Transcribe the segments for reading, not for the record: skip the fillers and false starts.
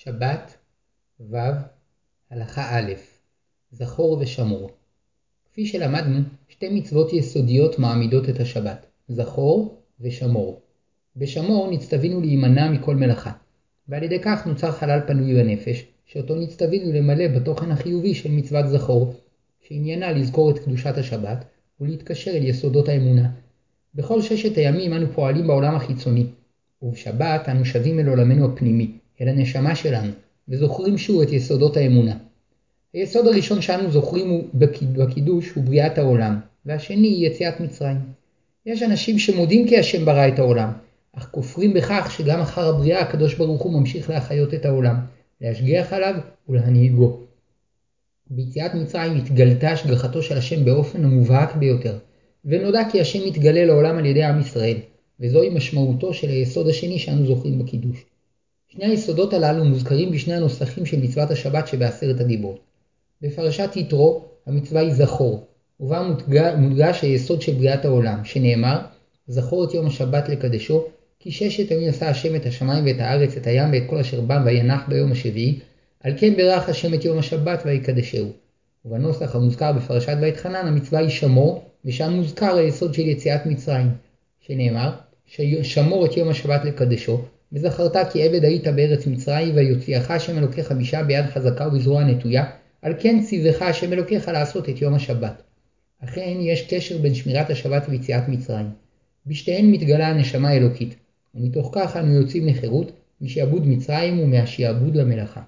שבת ו' הלכה א' זכור ושמור. כפי שלמדנו, שתי מצוות יסודיות מעמידות את השבת, זכור ושמור. בשמור נצטווינו להימנע מכל מלאכה, ועל ידי כך נוצר חלל פנוי בנפש, שאותו נצטווינו למלא בתוכן החיובי של מצוות זכור, שעניינה לזכור את קדושת השבת ולהתקשר אל יסודות האמונה. בכל ששת הימים אנו פועלים בעולם החיצוני, ובשבת אנו שבים אל עולמנו הפנימי, אל הנשמה שלנו, וזוכרים שוב את יסודות האמונה. היסוד הראשון שאנו זוכרים בקידוש הוא בריאת העולם, והשני היא יציאת מצרים. יש אנשים שמודים כי השם ברא את העולם, אך כופרים בכך שגם אחר הבריאה הקדוש ברוך הוא ממשיך להחיות את העולם, להשגיח עליו ולהנהיגו. ביציאת מצרים התגלתה השגחתו של השם באופן המובהק ביותר, ונודע כי השם מתגלה לעולם על ידי עם ישראל, וזוהי משמעותו של היסוד השני שאנו זוכרים בקידוש. שני היסודות הללו מוזכרים בשני הנוסחים של מצוות השבת שבעשרת הדיברות. בפרשת יתרו המצווה היא זכור, ובה מודגש היסוד של בריאת העולם, שנאמר, זכור את יום השבת לקדשו, כי ששת ימים עשה השם את השמיים ואת הארץ, את הים ואת כל אשר בם, וינח ביום השביעי, על כן ברך השם את יום השבת ויקדשהו. ובנוסח המוזכר בפרשת ויתחנן המצווה היא שמור, ושם מוזכר היסוד של יציאת מצרים, שנאמר, שמור את יום השבת לקדשו, וזכרת כי עבד היית בארץ מצרים, ויוציאך השם אלוקיך משם ביד חזקה ובזרוע נטויה, על כן ציווך השם אלוקיך לעשות את יום השבת. אכן יש קשר בין שמירת השבת ויציאת מצרים. בשתיהן מתגלה הנשמה האלוקית, ומתוך כך אנו יוצאים לחירות משעבוד מצרים ומהשעבוד למלאכה.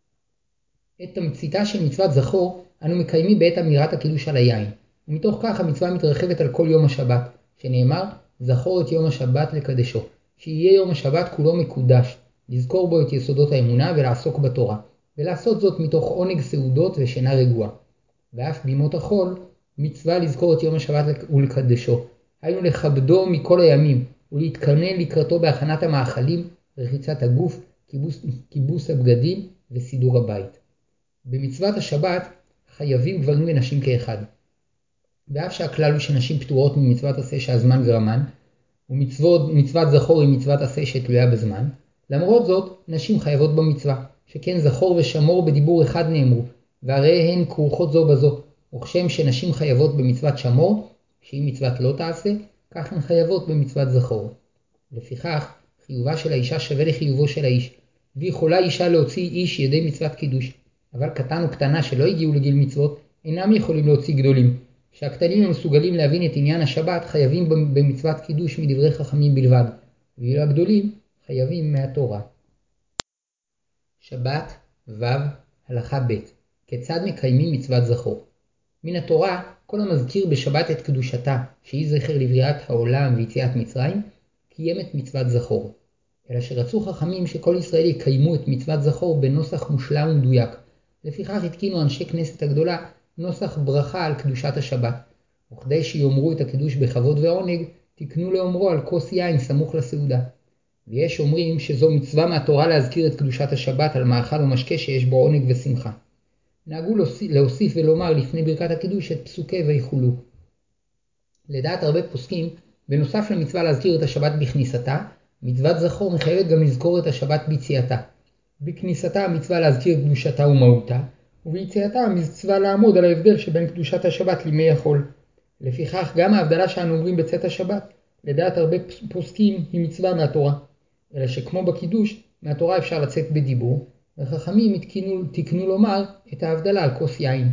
את תמציתה של מצוות זכור אנו מקיימים בעת אמירת הקידוש על היין, ומתוך כך המצווה מתרחבת על כל יום השבת, שנאמר, זכור את יום השבת לקדשו, שיהיה יום השבת כולו מקודש, לזכור בו את יסודות האמונה ולעסוק בתורה, ולעשות זאת מתוך עונג סעודות ושינה רגועה. ואף בימות החול מצווה לזכור את יום השבת ולקדשו, היינו לכבדו מכל הימים, ולהתכונן לקראתו בהכנת המאכלים, רחיצת הגוף, כיבוס הבגדים וסידור הבית. במצוות השבת חייבים גברים ונשים כאחד. ואף שהכלל הוא שנשים פטורות ממצוות עשה שהזמן גרמן, ומצוות זכור היא מצוות עשה שתלויה בזמן, למרות זאת נשים חייבות במצווה, שכן זכור ושמור בדיבור אחד נאמרו, והרי הן כרוכות זו בזו, וכשם שנשים חייבות במצוות שמור, שהיא מצוות לא תעשה, כך הן חייבות במצוות זכור. לפיכך, חיובה של האישה שווה לחיובו של האיש, ויכולה אישה להוציא איש ידי מצוות קידוש, אבל קטן וקטנה שלא הגיעו לגיל מצוות, אינם יכולים להוציא גדולים. שהקטנים המסוגלים להבין את עניין השבת חייבים במצוות קידוש מדברי חכמים בלבד, ואילו הגדולים חייבים מהתורה. שבת ו' הלכה ב' כיצד מקיימים מצוות זכור? מן התורה, כל המזכיר בשבת את קדושתה, שהיא זכר לבריאת העולם ויציאת מצרים, קיים את מצוות זכור. אלא שרצו חכמים שכל ישראל יקיימו את מצוות זכור בנוסח מושלם ומדויק. לפיכך התקינו אנשי כנסת הגדולה נוסח ברכה על קדושת השבת, וכדי שיאמרו את הקידוש בכבוד ועונג, תקנו לאומרו על כוס יין סמוך לסעודה. ויש אומרים שזו מצווה מהתורה להזכיר את קדושת השבת על מאכל ומשקה שיש בו עונג ושמחה. נהגו להוסיף ולומר לפני ברכת הקידוש את פסוקי ויחולו. לדעת הרבה פוסקים, בנוסף למצווה להזכיר את השבת בכניסתה, מצוות זכור מחייבת גם לזכור את השבת ביציאתה. בכניסתה המצווה להזכיר קדושתה ומהותה, וביציאתה המצווה לעמוד על ההבדל שבין קדושת השבת לימי החול. לפיכך גם ההבדלה שאנו אומרים בצאת השבת, לדעת הרבה פוסקים היא מצווה מהתורה. אלא שכמו בקידוש, מהתורה אפשר לצאת בדיבור, וחכמים תקנו לומר את ההבדלה על כוס יין.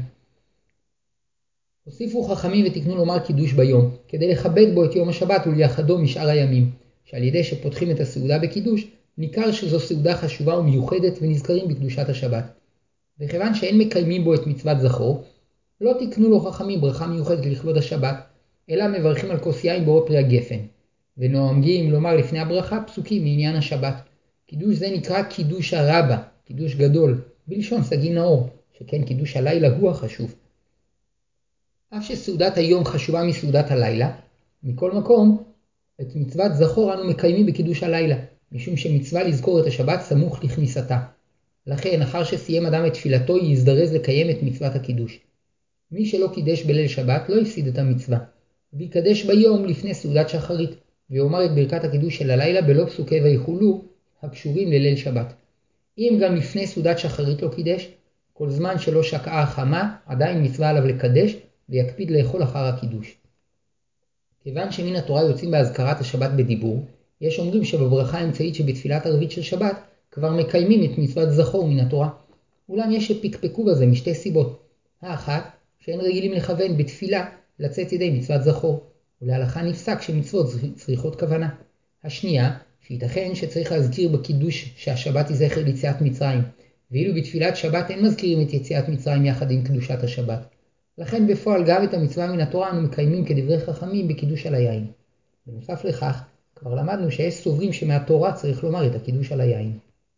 הוסיפו חכמים ותקנו לומר קידוש ביום, כדי לכבד בו את יום השבת ולייחדו משאר הימים, שעל ידי שפותחים את הסעודה בקידוש, ניכר שזו סעודה חשובה ומיוחדת ונזכרים בקדושת השבת. וכיוון שאין מקיימים בו את מצוות זכור, לא תקנו לו חכמים ברכה מיוחדת לכבוד השבת, אלא מברכים על כוס יין באור פרי הגפן, ונוהגים לומר לפני הברכה פסוקים מעניין השבת. קידוש זה נקרא קידוש הרבה, קידוש גדול, בלשון סגי נאור, שכן קידוש הלילה הוא החשוב. אף שסעודת היום חשובה מסעודת הלילה, מכל מקום, את מצוות זכור אנו מקיימים בקידוש הלילה, משום שמצווה לזכור את השבת סמוך לכניסתה. לכן, אחר שסיים אדם את תפילתו, יזדרז לקיים את מצוות הקידוש. מי שלא קידש בליל שבת לא יפסיד את המצווה, ויקדש ביום לפני סעודת שחרית, ויאמר את ברכת הקידוש של הלילה בלא פסוקי ויחולו הקשורים לליל שבת. אם גם לפני סעודת שחרית לא קידש, כל זמן שלא שקעה החמה, עדיין מצווה עליו לקדש ויקפיד לאכול אחר הקידוש. כיוון שמן התורה יוצאים בהזכרת השבת בדיבור, יש אומרים שבברכה האמצעית שבתפילת ערבית של שבת כבר מקיימים את מצוות זכור מן התורה. אולם יש שפקפקו בזה משתי סיבות. האחת, שאין רגילים לכוון בתפילה לצאת ידי מצוות זכור, ולהלכה נפסק שמצוות צריכות כוונה. השנייה, שייתכן שצריך להזכיר בקידוש שהשבת היא זכר ליציאת מצרים, ואילו בתפילת שבת אין מזכירים את יציאת מצרים יחד עם קדושת השבת. לכן בפועל גם את המצווה מן התורה אנו מקיימים כדברי חכמים בקידוש על היין. בנוסף לכך, כבר למדנו שיש סוברים שמהתורה צריך לומר את הקידוש על היין.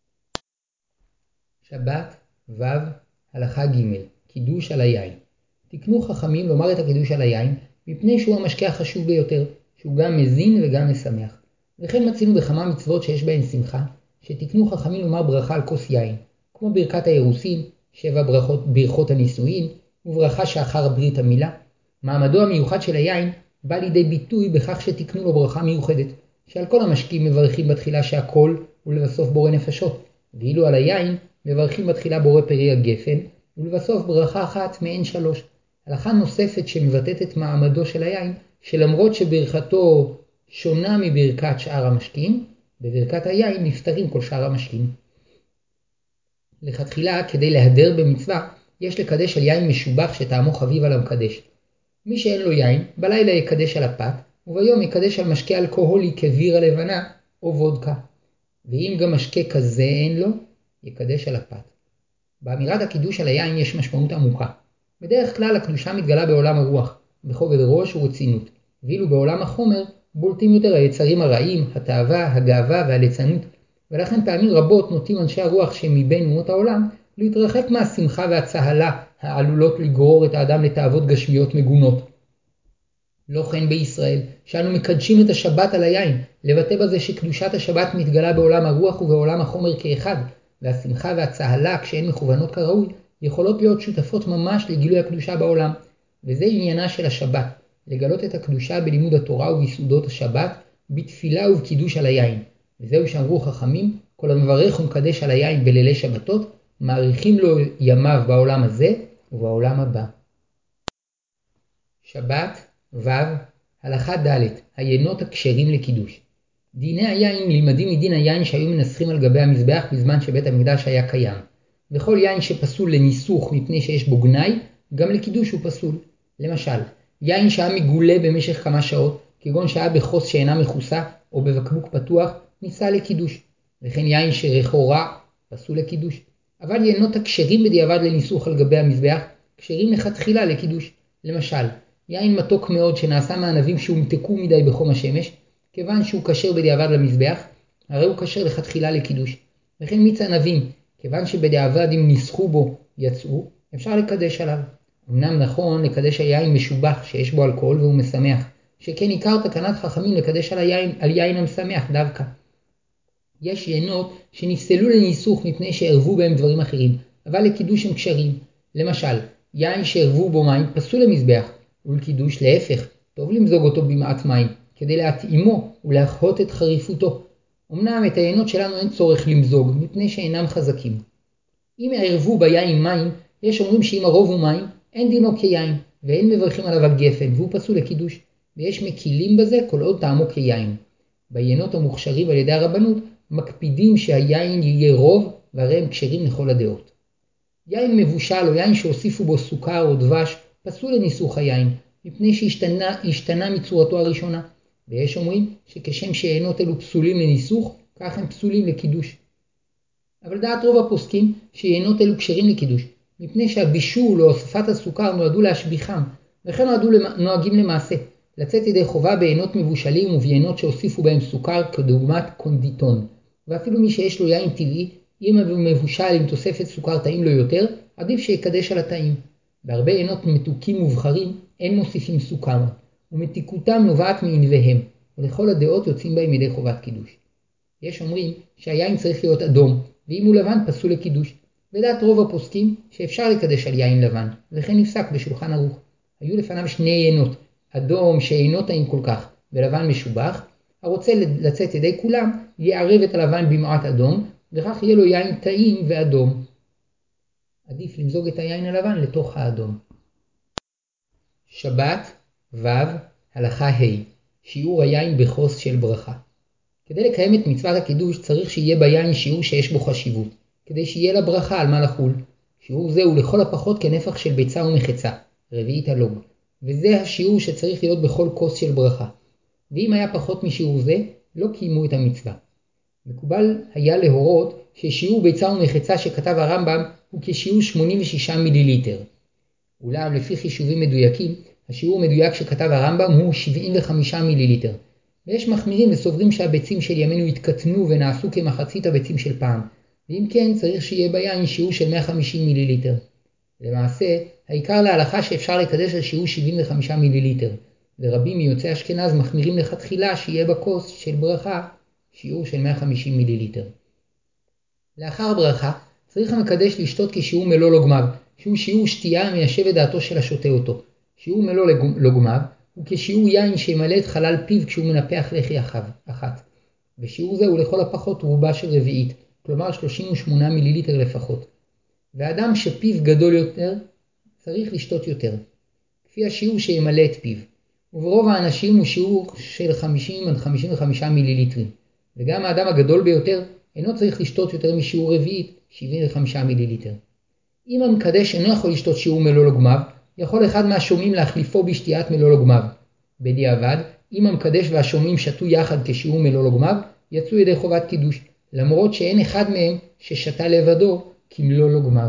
שבת ו' הלכה ג' קידוש על היין. תקנו חכמים לומר את הקידוש על היין מפני שהוא המשקה החשוב ביותר, שהוא גם מזין וגם משמח. וכן מצינו בכמה מצוות שיש בהן שמחה, שתקנו חכמים לומר ברכה על כוס יין, כמו ברכת האירוסין, 7 ברכות הנישואין, וברכה שאחר ברית המילה. מעמדו המיוחד של היין בא לידי ביטוי בכך שתקנו לו ברכה מיוחדת, שעל כל המשקים מברכים בתחילה שהכל ולבסוף בורא נפשות, ואילו על היין מברכים בתחילה בורא פרי הגפן, ולבסוף ברכה אחת מעין 3. הלכה נוספת שמבטאת את מעמדו של היין, שלמרות שברכתו שונה מברכת שאר המשקים, בברכת היין נפטרים כל שאר המשקים. לכתחילה, כדי להדר במצווה, יש לקדש על יין משובח שטעמו חביב על המקדש. מי שאין לו יין, בלילה יקדש על הפת, וביום יקדש על משקה אלכוהולי כביר הלבנה או וודקה. ואם גם משקה כזה אין לו, יקדש על הפת. באמירת הקידוש על היין יש משמעות עמוקה. בדרך כלל הקדושה מתגלה בעולם הרוח, בכובד ראש ורצינות, ואילו בעולם החומר בולטים יותר היצרים הרעים, התאווה, הגאווה והליצנות, ולכן פעמים רבות נוטים אנשי הרוח שמבין אומות העולם להתרחק מהשמחה והצהלה העלולות לגרור את האדם לתאוות גשמיות מגונות. לא כן בישראל, שאנו מקדשים את השבת על היין, לבטא בזה שקדושת השבת מתגלה בעולם הרוח ובעולם החומר כאחד, והשמחה והצהלה כשהן מכוונות כראוי, יכולות להיות שותפות ממש לגילוי הקדושה בעולם. וזה עניינה של השבת, לגלות את הקדושה בלימוד התורה וביסודות השבת, בתפילה ובקידוש על היין. וזהו שאמרו חכמים, כל המברך ומקדש על היין בלילי שבתות, מאריכים לו ימיו בעולם הזה ובעולם הבא. שבת ו' הלכה ד' היינות הכשרים לקידוש. דיני היין לימדים מדין היין שהיו מנסחים על גבי המזבח בזמן שבית המקדש היה קיים. וכל יין שפסול לניסוך מפני שיש בו גנאי, גם לקידוש הוא פסול. למשל, יין שהיה מגולה במשך כמה שעות, כגון שהיה בחוס שאינה מכוסה או בבקבוק פתוח, ניסה לקידוש. וכן יין שריחו רע, פסול לקידוש. אבל יינות הכשרים בדיעבד לניסוך על גבי המזבח, כשרים לכתחילה לקידוש. למשל, יין מתוק מאוד שנעשה מענבים שהומתקו מדי בחום השמש, כיוון שהוא כשר בדיעבד למזבח, הרי הוא כשר לכתחילה לקידוש. וכן מיץ ענבים, כיוון שבדיעבד אם ניסחו בו יצאו, אפשר לקדש עליו. אמנם נכון לקדש היין משובח שיש בו אלכוהול והוא משמח, שכן עיקר תקנת חכמים לקדש על יין המשמח דווקא. יש יינות שנפסלו לניסוך מפני שערבו בהם דברים אחרים, אבל לקידוש הם כשרים. למשל, יין שערבו בו מים פסול למזבח, ולקידוש להפך, טוב למזוג אותו במעט מים, כדי להתאימו ולהחיות את חריפותו. אמנם את היינות שלנו אין צורך למזוג, מפני שאינם חזקים. אם הערבו ביין מים, יש אומרים שאם הרוב הוא מים, אין דינו כיין, ואין מברכים עליו על גפן, והוא פסול לקידוש, ויש מקילים בזה כל עוד טעמו כיין. ביינות המוכשרים על ידי הרבנות, מקפידים שהיין יהיה רוב, והרי הם כשרים לכל הדעות. יין מבושל או יין שהוסיפו בו סוכר או דבש, פסול לניסוך היין, מפני שהשתנה מצורתו הראשונה. ויש אומרים שכשם שיינות אלו פסולים לניסוך, כך הם פסולים לקידוש. אבל דעת רוב הפוסקים שיינות אלו כשרים לקידוש, מפני שהבישול או הוספת הסוכר נועדו להשביחם, וכן נוהגים למעשה, לצאת ידי חובה ביינות מבושלים וביינות שהוסיפו בהם סוכר כדוגמת קונדיטון. ואפילו מי שיש לו יין טבעי, אם הוא מבושל עם תוספת סוכר טעים לו יותר, עדיף שיקדש על הטעים. בהרבה יינות מתוקים מובחרים אין מוסיפים סוכר, ומתיקותם נובעת מענביהם, ולכל הדעות יוצאים בהם ידי חובת קידוש. יש אומרים שהיין צריך להיות אדום, ואם הוא לבן פסול לקידוש. ודעת רוב הפוסקים שאפשר לקדש על יין לבן, וכן נפסק בשולחן ערוך. היו לפניו 2 יינות, אדום שאינו טעים כל כך, ולבן משובח. הרוצה לצאת ידי כולם, יערב את הלבן במעט אדום, וכך יהיה לו יין טעים ואדום. עדיף למזוג את היין הלבן לתוך האדום. שבת ו' הלכה ה' שיעור היין בכוס של ברכה. כדי לקיים את מצוות הקידוש צריך שיהיה ביין שיעור שיש בו חשיבות, כדי שיהיה לה ברכה על מה לחול. שיעור זה הוא לכל הפחות כנפח של ביצה ומחצה, רביעית הלוג, וזה השיעור שצריך להיות בכל כוס של ברכה. ואם היה פחות משיעור זה, לא קיימו את המצווה. מקובל היה להורות ששיעור ביצה ומחצה שכתב הרמב"ם הוא כשיעור 86 מיליליטר. אולם לפי חישובים מדויקים, השיעור המדויק שכתב הרמב"ם הוא 75 מיליליטר. ויש מחמירים וסוברים שהביצים של ימינו התקטנו ונעשו כמחצית הביצים של פעם, ואם כן צריך שיהיה ביין שיעור של 150 מיליליטר. למעשה, העיקר להלכה שאפשר לקדש על שיעור 75 מיליליטר, ורבים מיוצאי אשכנז מחמירים לכתחילה שיהיה בכוס של ברכה שיעור של 150 מיליליטר. לאחר ברכה צריך המקדש לשתות כשיעור מלוא לוגמיו, שהוא שיעור שתייה המיישב את דעתו של השותה אותו. שיעור מלוא לוגמיו הוא כשיעור יין שימלא את חלל פיו כשהוא מנפח לחי אחת, ושיעור זה הוא לכל הפחות רובה של רביעית, כלומר 38 מיליליטר לפחות. ואדם שפיו גדול יותר צריך לשתות יותר, כפי השיעור שימלא את פיו, וברוב האנשים הוא שיעור של 50 עד 55 מיליליטרים, וגם האדם הגדול ביותר אינו צריך לשתות יותר משיעור רביעית 75 מיליליטר. אם המקדש אינו יכול לשתות שיעור מלוא לוגמיו, יכול אחד מהשומעים להחליפו בשתיית מלוא לוגמיו. בדיעבד, אם המקדש והשומעים שתו יחד כשיעור מלוא לוגמיו, יצאו ידי חובת קידוש, למרות שאין אחד מהם ששתה לבדו כמלוא לוגמיו.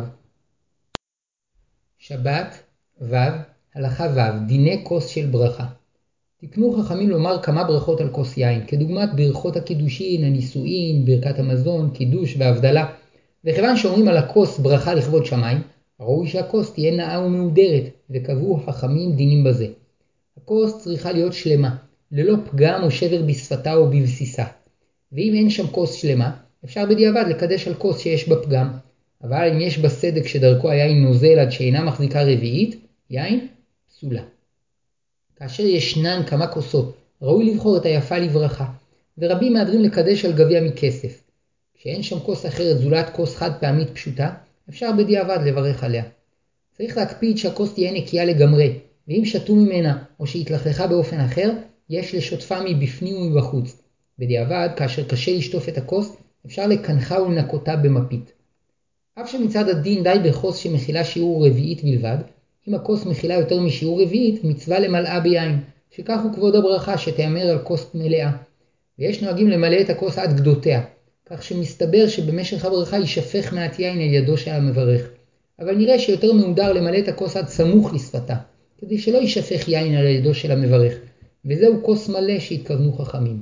שבת ו' הלכה ו' דיני כוס של ברכה. תקנו חכמים לומר כמה ברכות על כוס יין, כדוגמת ברכות הקידושין, הנישואין, ברכת המזון, קידוש והבדלה. וכיוון שאומרים על הכוס ברכה לכבוד שמיים, ראוי שהכוס תהיה נאה ומהודרת, וקבעו חכמים דינים בזה. הכוס צריכה להיות שלמה, ללא פגם או שבר בשפתה או בבסיסה. ואם אין שם כוס שלמה, אפשר בדיעבד לקדש על כוס שיש בה פגם. אבל אם יש בה סדק שדרכו היין נוזל עד שאינה מחזיקה רביעית, יין פסולה. כאשר ישנן כמה כוסות, ראוי לבחור את היפה לברכה, ורבים מהדרים לקדש על גביע מכסף. כשאין שם כוס אחרת זולת כוס חד פעמית פשוטה, אפשר בדיעבד לברך עליה. צריך להקפיד שהכוס תהיה נקייה לגמרי, ואם שתו ממנה או שהתלכלכה באופן אחר, יש לשוטפה מבפנים ומבחוץ. בדיעבד, כאשר קשה לשטוף את הכוס, אפשר לקנחה ולנקותה במפית. אף שמצד הדין די בכוס שמכילה שיעור רביעית בלבד, אם הכוס מכילה יותר משיעור רביעית, מצווה למלאה ביין, שכך הוא כבוד הברכה שתאמר על כוס מלאה. ויש נוהגים למלא את הכוס עד גדותיה, כך שמסתבר שבמשך הברכה יישפך מעט יין על ידו של המברך. אבל נראה שיותר מהודר למלא את הכוס עד סמוך לשפתה, כדי שלא יישפך יין על ידו של המברך, וזהו כוס מלא שהתכוונו חכמים.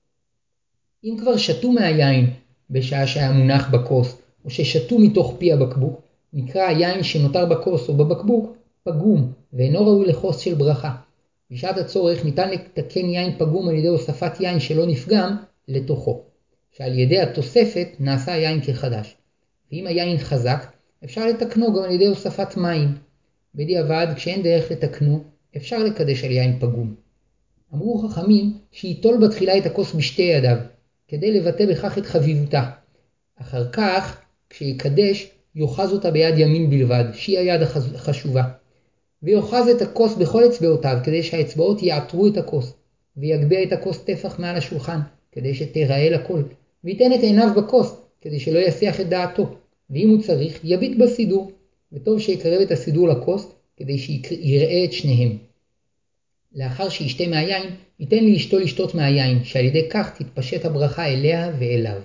אם כבר שתו מהיין בשעה שהיה מונח בכוס, או ששתו מתוך פי הבקבוק, נקרא היין שנותר בכוס או בבקבוק פגום, ואינו ראוי לכוס של ברכה. בשעת הצורך ניתן לתקן יין פגום על ידי הוספת יין שלא נפגם לתוכו, שעל ידי התוספת נעשה היין כחדש. ואם היין חזק, אפשר לתקנו גם על ידי הוספת מים. בדיעבד, כשאין דרך לתקנו, אפשר לקדש על יין פגום. אמרו חכמים שיטול בתחילה את הכוס בשתי ידיו, כדי לבטא בכך את חביבותה. אחר כך, כשיקדש, יוחז אותה ביד ימין בלבד, שהיא היד החשובה. ויוחז את הכוס בכל אצבעותיו, כדי שהאצבעות יעטרו את הכוס, ויגביה את הכוס טפח מעל השולחן, כדי שתיראה לכל, וייתן את עיניו בכוס, כדי שלא יסיח את דעתו, ואם הוא צריך, יביט בסידור, וטוב שיקרב את הסידור לכוס, כדי שיראה את שניהם. לאחר שישתה מהיין, ייתן לאשתו לשתות מהיין, שעל ידי כך תתפשט הברכה אליה ואליו.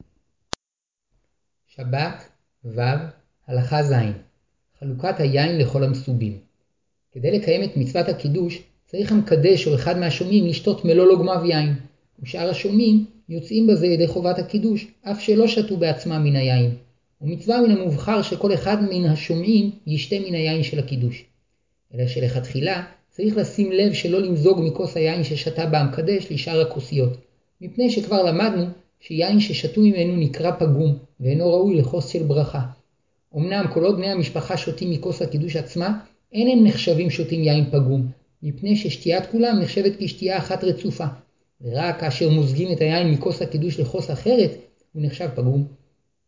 שבת ו' הלכה ז' חלוקת היין לכל המסובים. כדי לקיים את מצוות הקידוש, צריך המקדש או אחד מהשומעים לשתות מלוא לוגמיו יין, ושאר השומעים יוצאים בזה ידי חובת הקידוש, אף שלא שתו בעצמם מן היין. ומצווה מן המובחר שכל אחד מן השומעים ישתה מן היין של הקידוש. אלא שלכתחילה צריך לשים לב שלא למזוג מכוס היין ששתה בה המקדש לשאר הכוסיות, מפני שכבר למדנו שיין ששתו ממנו נקרא פגום, ואינו ראוי לכוס של ברכה. אמנם כל עוד בני המשפחה שותים מכוס הקידוש עצמה, אין הם נחשבים שותים יין פגום, מפני ששתיית כולם נחשבת כשתייה אחת רצופה, ורק כאשר מוזגים את היין מכוס הקידוש לכוס אחרת, הוא נחשב פגום.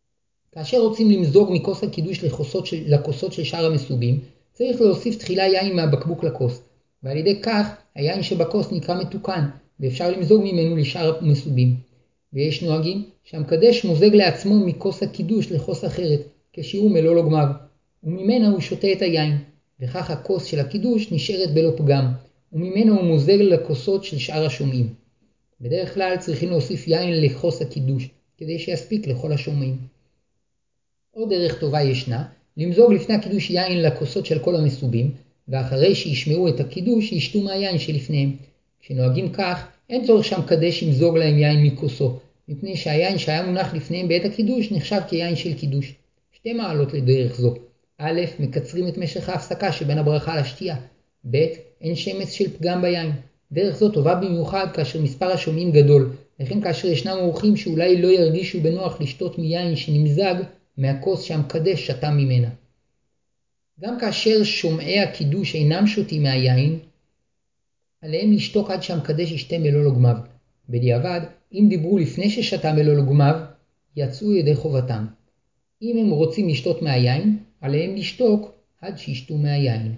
כאשר רוצים למזוג מכוס הקידוש לכוסות של שאר המסובים, צריך להוסיף תחילה יין מהבקבוק לכוס, ועל ידי כך היין שבכוס נקרא מתוקן, ואפשר למזוג ממנו לשאר המסובים. ויש נוהגים שהמקדש מוזג לעצמו מכוס הקידוש לכוס אחרת, כשהוא מלוא לוגמיו, וממנה הוא שותה את היין, וכך הכוס של הקידוש נשארת בלא פגם, וממנה הוא מוזג לכוסות של שאר השומעים. בדרך כלל צריכים להוסיף יין לכוס הקידוש, כדי שיספיק לכל השומעים. עוד דרך טובה ישנה, למזוג לפני הקידוש יין לכוסות של כל המסובים, ואחרי שישמעו את הקידוש ישתו מהיין שלפניהם. כשנוהגים כך, אין צורך שהמקדש ימזוג להם יין מכוסו, מפני שהיין שהיה מונח לפניהם בעת הקידוש נחשב כיין של קידוש. שתי מעלות לדרך זו. א', מקצרים את משך ההפסקה שבין הברכה לשתייה. ב', אין שמץ של פגם ביין. דרך זו טובה במיוחד כאשר מספר השומעים גדול, לכן כאשר ישנם אורחים שאולי לא ירגישו בנוח לשתות מיין שנמזג מהכוס שהמקדש שתה ממנה. גם כאשר שומעי הקידוש אינם שותים מהיין, עליהם לשתוק עד שהמקדש ישתה מלוא לוגמיו. בדיעבד, אם דיברו לפני ששתה מלוא לוגמיו, יצאו ידי חובתם. אם הם רוצים לשתות מהיין, עליהם לשתוק עד שישתו מהיין.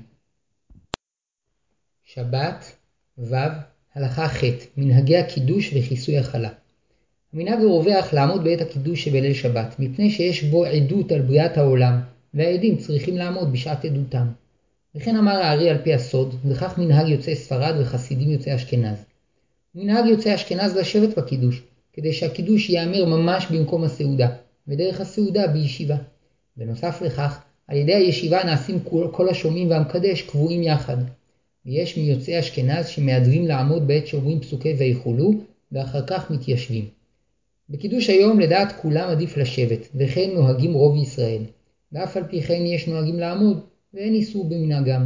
שבת ו' הלכה ח' מנהגי הקידוש וכיסוי החלה. המנהג הרווח לעמוד בעת הקידוש שבליל שבת, מפני שיש בו עדות על בריאת העולם, והעדים צריכים לעמוד בשעת עדותם. וכן אמר הארי על פי הסוד, וכך מנהג יוצאי ספרד וחסידים יוצאי אשכנז. מנהג יוצאי אשכנז לשבת בקידוש, כדי שהקידוש ייאמר ממש במקום הסעודה, ודרך הסעודה בישיבה. בנוסף לכך, על ידי הישיבה נעשים כל השומעים והמקדש קבועים יחד. ויש מיוצאי אשכנז שמהדרים לעמוד בעת שאומרים פסוקי ויחולו, ואחר כך מתיישבים. בקידוש היום לדעת כולם עדיף לשבת, וכן נוהגים רוב ישראל. ואף על פי כן יש נוהגים לעמוד, ואין איסור במנהגם.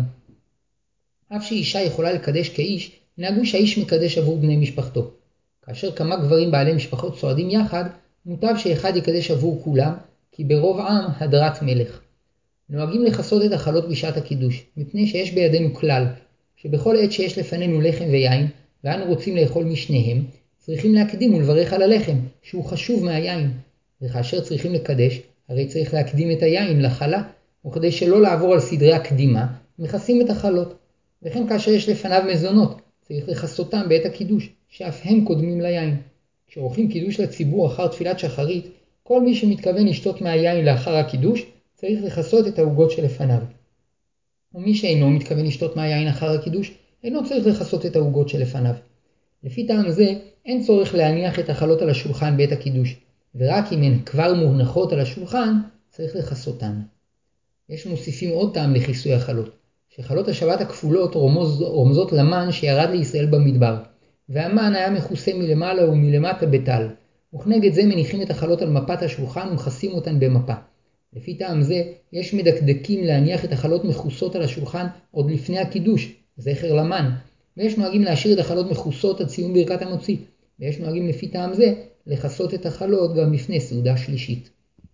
אף שאישה יכולה לקדש כאיש, נהגו שהאיש מקדש עבור בני משפחתו. כאשר כמה גברים בעלי משפחות צועדים יחד, מוטב שאחד יקדש עבור כולם, כי ברוב עם הדרת מלך. נוהגים לכסות את החלות בשעת הקידוש, מפני שיש בידינו כלל, שבכל עת שיש לפנינו לחם ויין, ואנו רוצים לאכול משניהם, צריכים להקדים ולברך על הלחם, שהוא חשוב מהיין. וכאשר צריכים לקדש, הרי צריך להקדים את היין לחלה, וכדי שלא לעבור על סדרי הקדימה, מכסים את החלות. וכן כאשר יש לפניו מזונות, צריך לכסותם בעת הקידוש, שאף הם קודמים ליין. כשעורכים קידוש לציבור אחר תפילת שחרית, כל מי שמתכוון לשתות מהיין לאחר הקידוש, צריך לכסות את העוגות שלפניו. ומי שאינו מתכוון לשתות מהיין אחר הקידוש, אינו צריך לכסות את העוגות שלפניו. לפי טעם זה, אין צורך להניח את החלות על השולחן בעת הקידוש, ורק אם הן כבר מונחות על השולחן, צריך לכסותן. יש מוסיפים עוד טעם לכיסוי החלות, שחלות השבת הכפולות רומזות למן שירד לישראל במדבר, והמן היה מכוסה מלמעלה ומלמטה בטל, וכנגד זה מניחים את החלות על מפת השולחן ומכסים אותן במפה. לפי טעם זה, יש מדקדקים להניח את החלות מכוסות על השולחן עוד לפני הקידוש, זכר למן, ויש נוהגים להשאיר את החלות מכוסות עד סיום ברכת המוציא, ויש נוהגים לפי טעם זה לכסות את החלות גם לפני סעודה שלישית.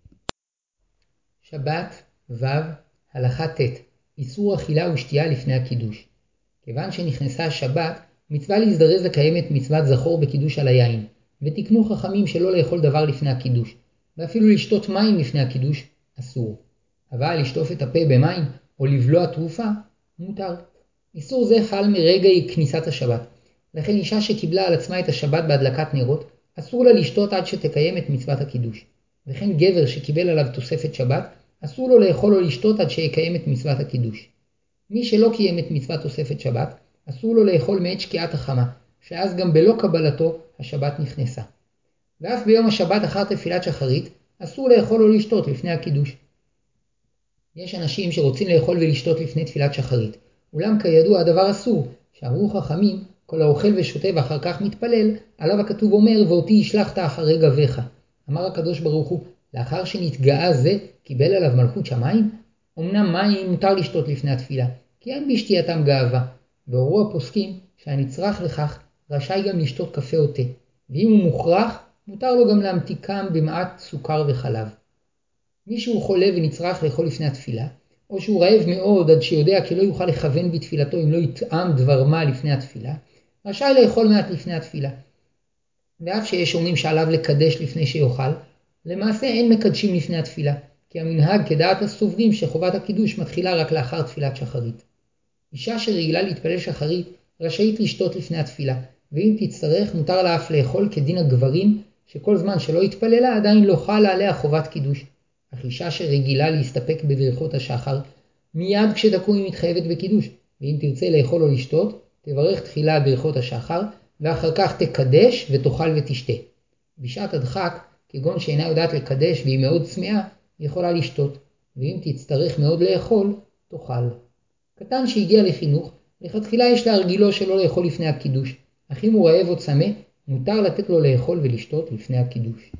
שבת ו' הלכה ט' איסור אכילה ושתייה לפני הקידוש. כיוון שנכנסה השבת, מצווה להזדרז לקיים את מצוות זכור בקידוש על היין, ותקנו חכמים שלא לאכול דבר לפני הקידוש, ואפילו לשתות מים לפני הקידוש אסור. אבל לשטוף את הפה במים או לבלוע תרופה מותר. איסור זה חל מרגע כניסת השבת. לכן אישה שקיבלה על עצמה את השבת בהדלקת נרות, אסור לה לשתות עד שתקיים את מצוות הקידוש. וכן גבר שקיבל עליו תוספת שבת, אסור לו לאכול או לשתות עד שיקיים את מצוות הקידוש. מי שלא קיים את מצוות תוספת שבת, אסור לו לאכול מעת שקיעת החמה, שאז גם בלא קבלתו השבת נכנסה. ואף ביום השבת אחר תפילת שחרית, אסור לאכול או לשתות לפני הקידוש. יש אנשים שרוצים לאכול ולשתות לפני תפילת שחרית, אולם כידוע הדבר אסור, שאמרו חכמים, כל האוכל ושותה ואחר כך מתפלל, עליו הכתוב אומר, ואותי ישלחת אחרי גביך. אמר הקדוש ברוך הוא, לאחר שנתגאה זה, קיבל עליו מלכות שמיים? אמנם מים מותר לשתות לפני התפילה, כי אין בשתייתם גאווה, והורו הפוסקים שהנצרך לכך רשאי גם לשתות קפה או תה, ואם הוא מוכרח, מותר לו גם להמתיקם במעט סוכר וחלב. מי שהוא חולה ונצרך לאכול לפני התפילה, או שהוא רעב מאוד עד שיודע כי לא יוכל לכוון בתפילתו אם לא יטעם דבר מה לפני התפילה, רשאי לאכול מעט לפני התפילה. ואף שיש אומרים שעליו לקדש לפני שיאכל, למעשה אין מקדשים לפני התפילה, כי המנהג כדעת הסוברים שחובת הקידוש מתחילה רק לאחר תפילת שחרית. אישה שרגילה להתפלל שחרית רשאית לשתות לפני התפילה, ואם תצטרך מותר לה אף לאכול כדין הגברים, שכל זמן שלא התפללה עדיין לא חלה עליה חובת קידוש. אך אישה שרגילה להסתפק בברכות השחר, מיד כשתקום היא מתחייבת בקידוש, ואם תרצה לאכול או לשתות, תברך תחילה ברכות השחר, ואחר כך תקדש ותאכל ותשתה. בשעת הדחק, כגון שאינה יודעת לקדש והיא מאוד צמאה, היא יכולה לשתות, ואם תצטרך מאוד לאכול, תאכל. קטן שהגיע לחינוך, לכתחילה יש להרגילו שלא לאכול לפני הקידוש, אך אם הוא רעב או צמא, מותר לתת לו לאכול ולשתות לפני הקידוש.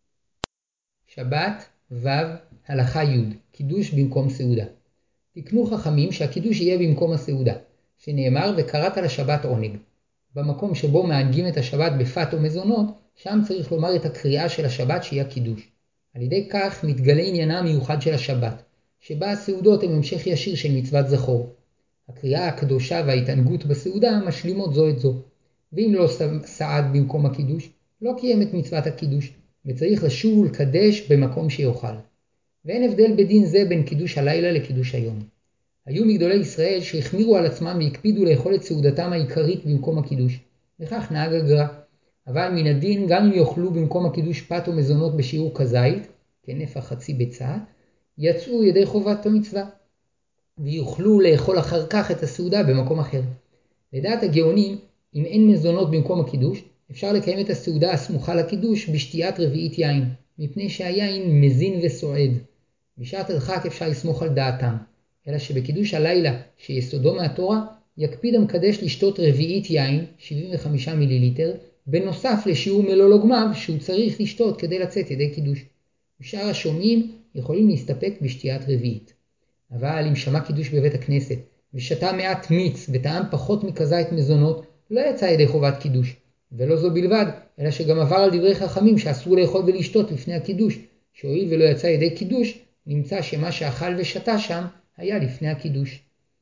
שבת ו' הלכה י' קידוש במקום סעודה. תקנו חכמים שהקידוש יהיה במקום הסעודה, שנאמר וקראת לשבת עונג. במקום שבו מענגים את השבת בפת או מזונות, שם צריך לומר את הקריאה של השבת שהיא הקידוש. על ידי כך מתגלה עניינה המיוחד של השבת, שבה הסעודות הם המשך ישיר של מצוות זכור. הקריאה הקדושה וההתענגות בסעודה משלימות זו את זו. ואם לא סעד במקום הקידוש, לא קיים את מצוות הקידוש, וצריך לשוב ולקדש במקום שיוכל. ואין הבדל בדין זה בין קידוש הלילה לקידוש היום. היו מגדולי ישראל שהחמירו על עצמם והקפידו לאכול את סעודתם העיקרית במקום הקידוש, וכך נהג הגר"א. אבל מן הדין גם אם יאכלו במקום הקידוש פת או מזונות בשיעור כזית, כנפח חצי ביצה, יצאו ידי חובת המצווה, ויוכלו לאכול אחר כך את הסעודה במקום אחר. לדעת הגאונים, אם אין מזונות במקום הקידוש, אפשר לקיים את הסעודה הסמוכה לקידוש בשתיית רביעית יין, מפני שהיין מזין וסועד. בשעת הדחק אפשר לסמוך על דעתם, אלא שבקידוש הלילה שיסודו מהתורה, יקפיד המקדש לשתות רביעית יין, 75 מיליליטר, בנוסף לשיעור מלוא לוגמיו שהוא צריך לשתות כדי לצאת ידי קידוש. ושאר השומעים יכולים להסתפק בשתיית רביעית. אבל אם שמע קידוש בבית הכנסת, ושתה מעט מיץ וטעם פחות מכזית מזונות, לא יצא ידי חובת קידוש. ולא זו בלבד, אלא שגם עבר על דברי חכמים שאסור לאכול ולשתות לפני הקידוש, שהואיל ולא יצא ידי קידוש, נמצא שמה שאכל ושתה שם היה לפני הקידוש.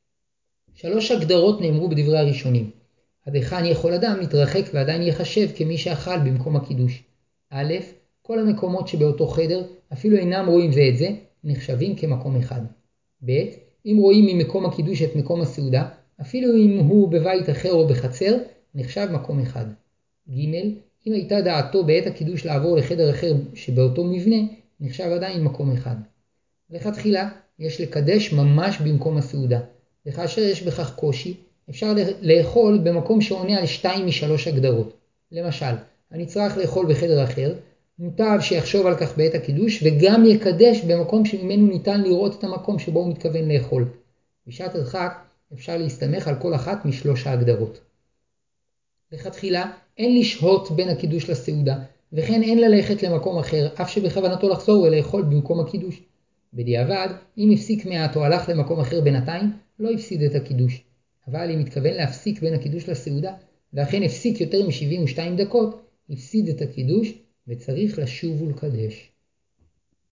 3 הגדרות נאמרו בדברי הראשונים. עד היכן יכול אדם להתרחק ועדיין יחשב כמי שאכל במקום הקידוש. א', כל המקומות שבאותו חדר, אפילו אינם רואים זה את זה, נחשבים כמקום אחד. ב', אם רואים ממקום הקידוש את מקום הסעודה, אפילו אם הוא בבית אחר או בחצר, נחשב מקום אחד. ג', אם הייתה דעתו בעת הקידוש לעבור לחדר אחר שבאותו מבנה, נחשב עדיין מקום אחד. לכתחילה, יש לקדש ממש במקום הסעודה, וכאשר יש בכך קושי, אפשר לאכול במקום שעונה על 2 מ-3 הגדרות. למשל, אני צריך לאכול בחדר אחר, מוטב שיחשוב על כך בעת הקידוש, וגם יקדש במקום שממנו ניתן לראות את המקום שבו הוא מתכוון לאכול. בשעת הדחק אפשר להסתמך על כל אחת מ3 ההגדרות. לכתחילה, אין לשהות בין הקידוש לסעודה, וכן אין ללכת למקום אחר, אף שבכוונתו לחזור ולאכול במקום הקידוש. בדיעבד, אם הפסיק מעט או הלך למקום אחר בינתיים, לא הפסיד את הקידוש. אבל אם מתכוון להפסיק בין הקידוש לסעודה, ואכן הפסיק יותר מ-72 דקות, הפסיד את הקידוש וצריך לשוב ולקדש.